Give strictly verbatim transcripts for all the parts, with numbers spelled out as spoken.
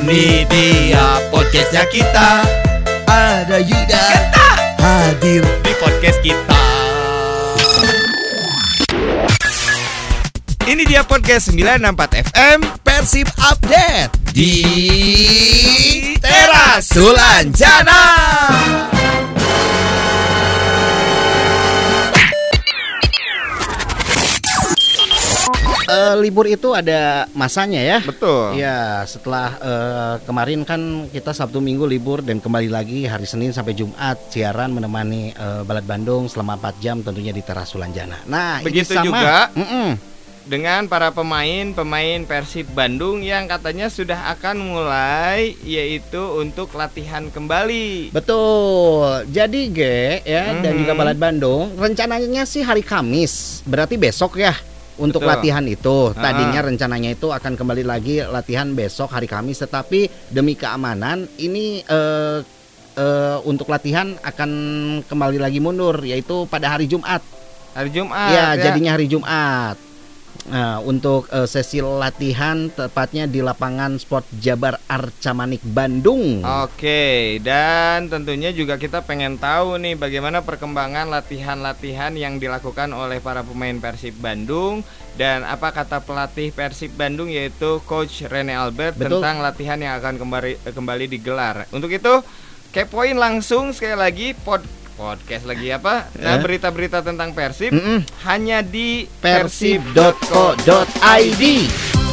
Ini dia podcastnya kita. Ada Yuda Genta hadir di podcast kita. Ini dia podcast sembilan enam empat F M Persib Update di Teras Sulanjana. Uh, libur itu ada masanya ya. Betul. Ya, setelah uh, kemarin kan kita Sabtu Minggu libur dan kembali lagi hari Senin sampai Jumat siaran menemani uh, Balad Bandung selama empat jam tentunya di Teras Sulanjana. Nah, begitu ini sama, juga mm-mm. dengan para pemain-pemain Persib Bandung yang katanya sudah akan mulai yaitu untuk latihan kembali. Betul. Jadi G ya mm-hmm. dan juga Balad Bandung rencananya sih hari Kamis. Berarti besok ya. Untuk Betul. latihan itu tadinya uh-huh. rencananya itu akan kembali lagi latihan besok hari Kamis, tetapi demi keamanan ini uh, uh, untuk latihan akan kembali lagi mundur, yaitu pada hari Jumat. Hari Jumat ya, ya. jadinya hari Jumat. Nah, untuk uh, sesi latihan tepatnya di lapangan Sport Jabar Arca Manik Bandung. Oke, dan tentunya juga kita pengen tahu nih bagaimana perkembangan latihan-latihan yang dilakukan oleh para pemain Persib Bandung dan apa kata pelatih Persib Bandung yaitu Coach Rene Albert. Betul. Tentang latihan yang akan kembali kembali digelar. Untuk itu kepoin langsung sekali lagi pod podcast lagi apa? Nah, berita-berita tentang Persib Mm-mm. hanya di persib dot co dot i d.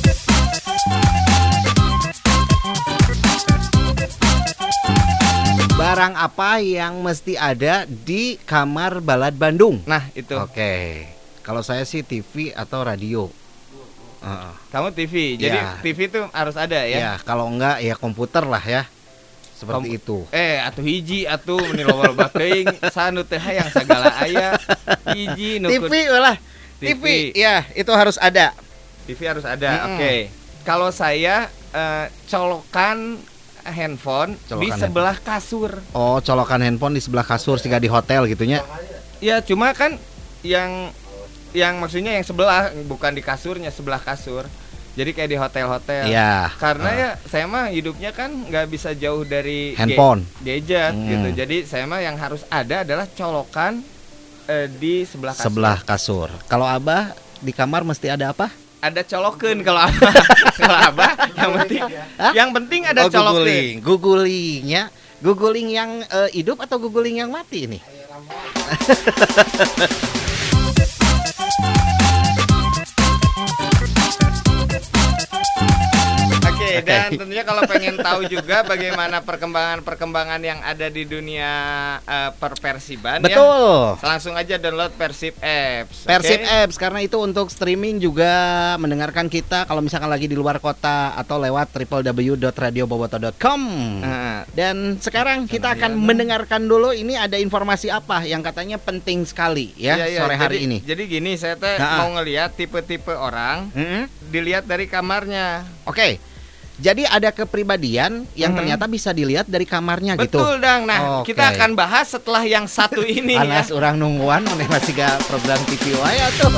Barang apa yang mesti ada di kamar Balad Bandung? Nah, itu. Oke. Kalau saya sih T V atau radio. Uh. Kamu T V. Jadi ya. T V itu harus ada ya? Ya, kalau enggak ya komputer lah ya. Seperti Kom- itu. Eh, atuh hiji atuh meni loba-loba teuing sanu teh hayang sagala aya. Hiji T V lah. T V. Ya, itu harus ada. T V harus ada. Hmm. Oke. Okay. Kalau saya uh, colokan handphone colokan di sebelah handphone. Kasur. Oh, colokan handphone di sebelah kasur sehingga di hotel gitunya. Ya, cuma kan yang yang maksudnya yang sebelah bukan di kasurnya, sebelah kasur. Jadi kayak di hotel-hotel. Ya. Karena uh. ya saya mah hidupnya kan nggak bisa jauh dari handphone, ge- gadget hmm. gitu. Jadi saya mah yang harus ada adalah colokan uh, di sebelah kasur. Sebelah kasur. Kalau Abah di kamar mesti ada apa? Ada colokan kalau Abah. Kalau Abah yang penting Hah? yang penting ada oh, colokan. Guguling, guguling ya. Guguling yang uh, hidup atau guguling yang mati ini? Oke, dan tentunya kalau pengen tahu juga bagaimana perkembangan-perkembangan yang ada di dunia uh, perpersiban Betul. ya. Langsung aja download Persib Apps. Persib okay? Apps karena itu untuk streaming juga mendengarkan kita kalau misalkan lagi di luar kota atau lewat w w w dot radio boboto dot com. Uh, dan sekarang kita akan ya, mendengarkan dulu ini ada informasi apa yang katanya penting sekali ya, ya, ya sore hari jadi, ini. Jadi gini, saya teh nah, mau ngelihat tipe-tipe orang, mm-hmm. dilihat dari kamarnya. Oke. Okay. Jadi ada kepribadian yang mm-hmm. ternyata bisa dilihat dari kamarnya. Betul, gitu. Betul, Dang. Nah, okay. kita akan bahas setelah yang satu ini. Alas ya. Orang nungguan oleh masih gak program T V wae tuh.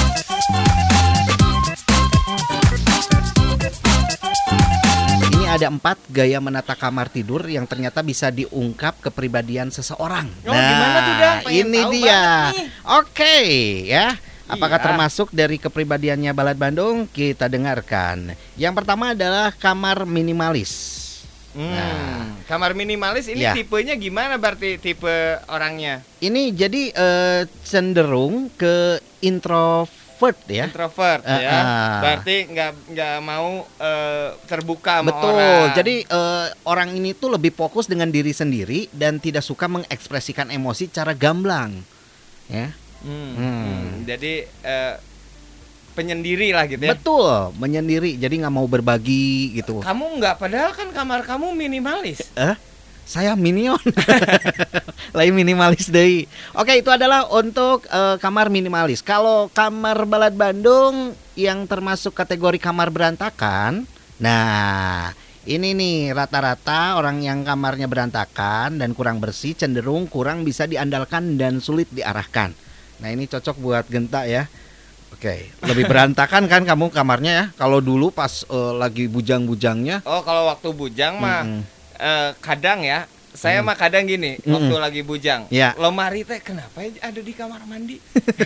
Ini ada empat gaya menata kamar tidur yang ternyata bisa diungkap kepribadian seseorang. Oh, nah, gimana tuh, Dang? Pengen ini dia. Oke, okay, ya. Apakah iya. termasuk dari kepribadiannya Balad Bandung? Kita dengarkan. Yang pertama adalah kamar minimalis. Hmm, nah, kamar minimalis ini ya. Tipenya gimana berarti tipe orangnya? Ini jadi uh, cenderung ke introvert ya. Introvert uh, ya. Uh. Berarti nggak nggak mau uh, terbuka sama Betul. orang. Jadi uh, orang ini tuh lebih fokus dengan diri sendiri dan tidak suka mengekspresikan emosi secara gamblang. Ya. Hmm, hmm. Hmm, jadi uh, penyendiri lah gitu ya. Betul, menyendiri. Jadi nggak mau berbagi gitu. Kamu nggak, padahal kan kamar kamu minimalis. Eh, saya minion. Lain minimalis deh. Oke, itu adalah untuk uh, kamar minimalis. Kalau kamar Balad Bandung yang termasuk kategori kamar berantakan, nah ini nih rata-rata orang yang kamarnya berantakan dan kurang bersih cenderung kurang bisa diandalkan dan sulit diarahkan. Nah ini cocok buat Genta ya. Oke, lebih berantakan kan kamu kamarnya ya? Kalau dulu pas uh, lagi bujang-bujangnya. Oh, kalau waktu bujang mah Mm-mm. eh, kadang ya, saya Mm. mah kadang gini, Mm-mm. waktu lagi bujang. Ya. Lemari teh kenapa ya ada di kamar mandi?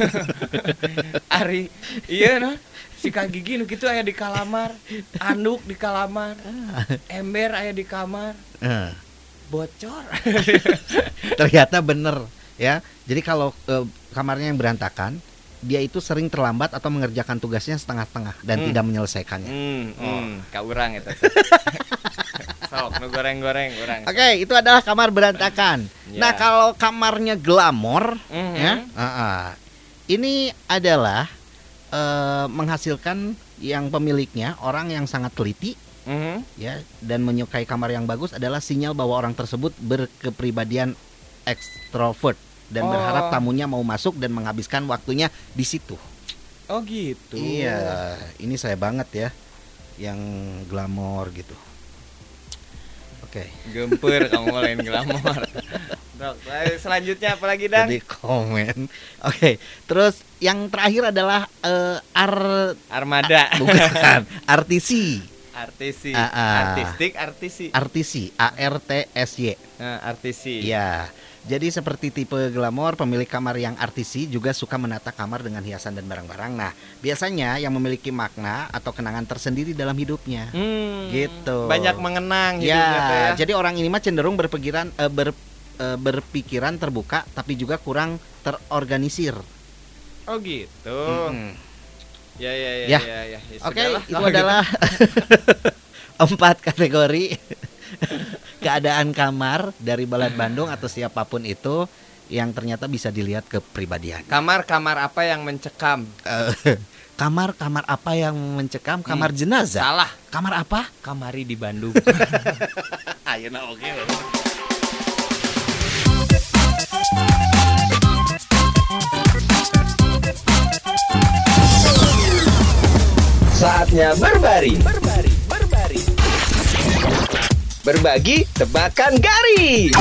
Ari, iya nah. Sikat gigi nu kitu aya di kalamar, anduk di kalamar, ember aya di kamar. Uh, Bocor. ternyata bener ya. Jadi kalau uh, kamarnya yang berantakan, dia itu sering terlambat atau mengerjakan tugasnya setengah-setengah dan Hmm. tidak menyelesaikannya. Hmm, hmm, ka urang eta. Sok nu goreng-goreng urang. Oke, itu adalah kamar berantakan. Ya. Nah, kalau kamarnya glamor, Mhm. ya, uh, uh, ini adalah uh, menghasilkan yang pemiliknya orang yang sangat teliti, Mhm. ya, dan menyukai kamar yang bagus adalah sinyal bahwa orang tersebut berkepribadian ekstrovert dan Oh. berharap tamunya mau masuk dan menghabiskan waktunya di situ. Oh gitu. Iya, ini saya banget ya, yang glamor gitu. Oke. Gemper kamu lain glamor. Dok, eh, selanjutnya apa lagi, Dan? Jadi komen. Oke, terus yang terakhir adalah eh, ar Armada. bukan artisi, Artisi. Ah, ah. Artistik, artisi. artisi, A R T S Y. Nah, artisi. Ya, jadi seperti tipe glamor, pemilik kamar yang artisi juga suka menata kamar dengan hiasan dan barang-barang. Nah, biasanya yang memiliki makna atau kenangan tersendiri dalam hidupnya. Hmm, Gitu. Banyak mengenang hidupnya teh Ya, ya. jadi orang ini mah cenderung berpikiran eh, ber, eh, berpikiran terbuka, tapi juga kurang terorganisir. Oh gitu. Mm-mm. Ya ya ya Ya. ya, ya. Ya, Oke, sudahlah, itu kalau adalah empat kategori keadaan kamar dari Balad Bandung atau siapapun itu yang ternyata bisa dilihat kepribadian. gitu. Kamar-kamar apa yang mencekam? Eh, Kamar-kamar apa yang mencekam? Kamar jenazah. Salah. Kamar apa? Kamari di Bandung. Ayeuna oke. Saatnya berbaring. Berbaring, berbaring. Berbagi tebakan garis.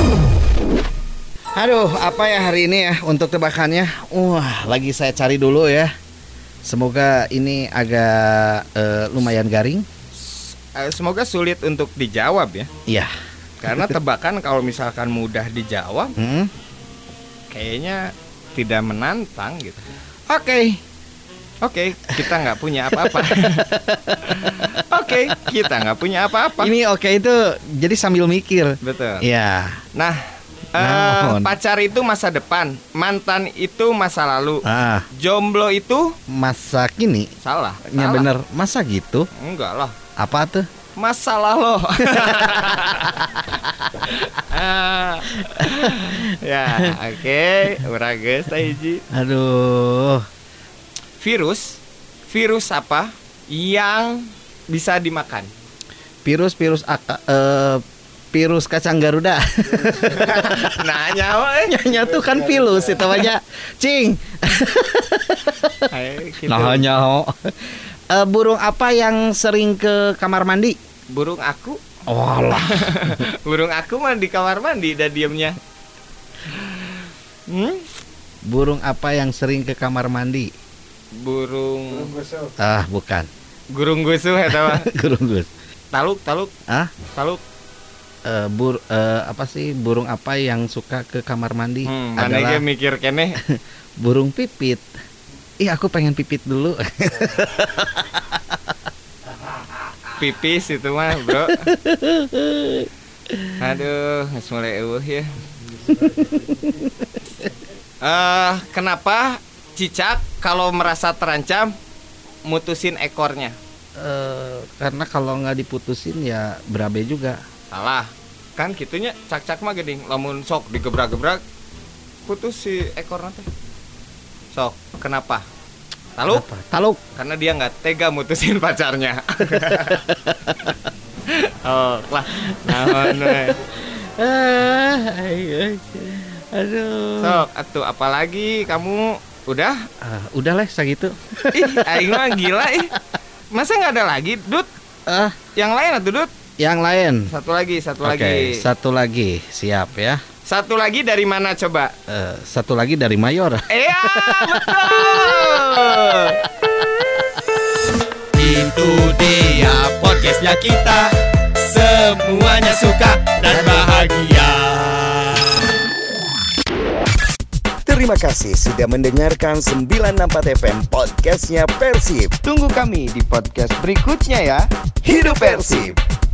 Aduh, apa ya hari ini ya untuk tebakannya? Wah, lagi saya cari dulu ya. Semoga ini agak eh, lumayan garing. Eh, Semoga sulit untuk dijawab ya. Iya. Karena tebakan kalau misalkan mudah dijawab, Hmm. kayaknya tidak menantang gitu. Oke. Oke, kita nggak punya apa-apa. Oke, kita nggak punya apa-apa. Ini oke itu jadi sambil mikir. Betul. Iya. Nah, eh, Naon? pacar itu masa depan, mantan itu masa lalu, Ah, jomblo itu masa kini. salah. Ya salah. bener, masa gitu? Enggak lah. Apa tuh? Masalah lo. Ah. Ya, oke, urang geus tah hiji. Aduh. Virus, virus apa yang bisa dimakan? Virus-virus aka, eh, virus kacang Garuda. Nah, nyawa eh. Nyonya tuh kan virus itu aja. Cing. Ayo, gitu. Nah, nyaho. Eh, burung apa yang sering ke kamar mandi? Burung aku. Walah. Burung aku mah di kamar mandi dan diemnya. Hmm? Burung apa yang sering ke kamar mandi? Burung Ah, bukan. Gurung gusuh eta mah. Burung gus. Taluk, taluk, Ah, taluk. eh, bur eh, apa sih burung apa yang suka ke kamar mandi? Hmm, mana Adalah ge mikir keneh. burung pipit. Ih, aku pengen pipit dulu. Pipis itu mah, Bro. Aduh, geus mulai eueuh ya. Eh, kenapa cicak kalau merasa terancam mutusin ekornya? Eh, karena kalau nggak diputusin ya berabe juga. Salah. Kan kitunya cak-cak mah geuning, lamun sok digebrak-gebrak putus si ekor nanti. Sok, kenapa? Taluk? Apa? Taluk. Karena dia nggak tega mutusin pacarnya. Oh, lah. Naon we. Ah, ay, ay. Aduh. Sok, atuh apalagi kamu udah? Ah, udah lah segitu. Ih, aing mah gila ih. Masa nggak ada lagi, Dut? Ah, Yang lain atuh, Dut? yang lain. Satu lagi, satu Oke, lagi. satu lagi. Siap ya. Satu lagi dari mana coba? Uh, satu lagi dari Mayor. Iya, betul. Itu dia podcastnya kita, semuanya suka dan bahagia. Terima kasih sudah mendengarkan sembilan enam empat F M podcastnya Persib. Tunggu kami di podcast berikutnya ya. Hidup Persib.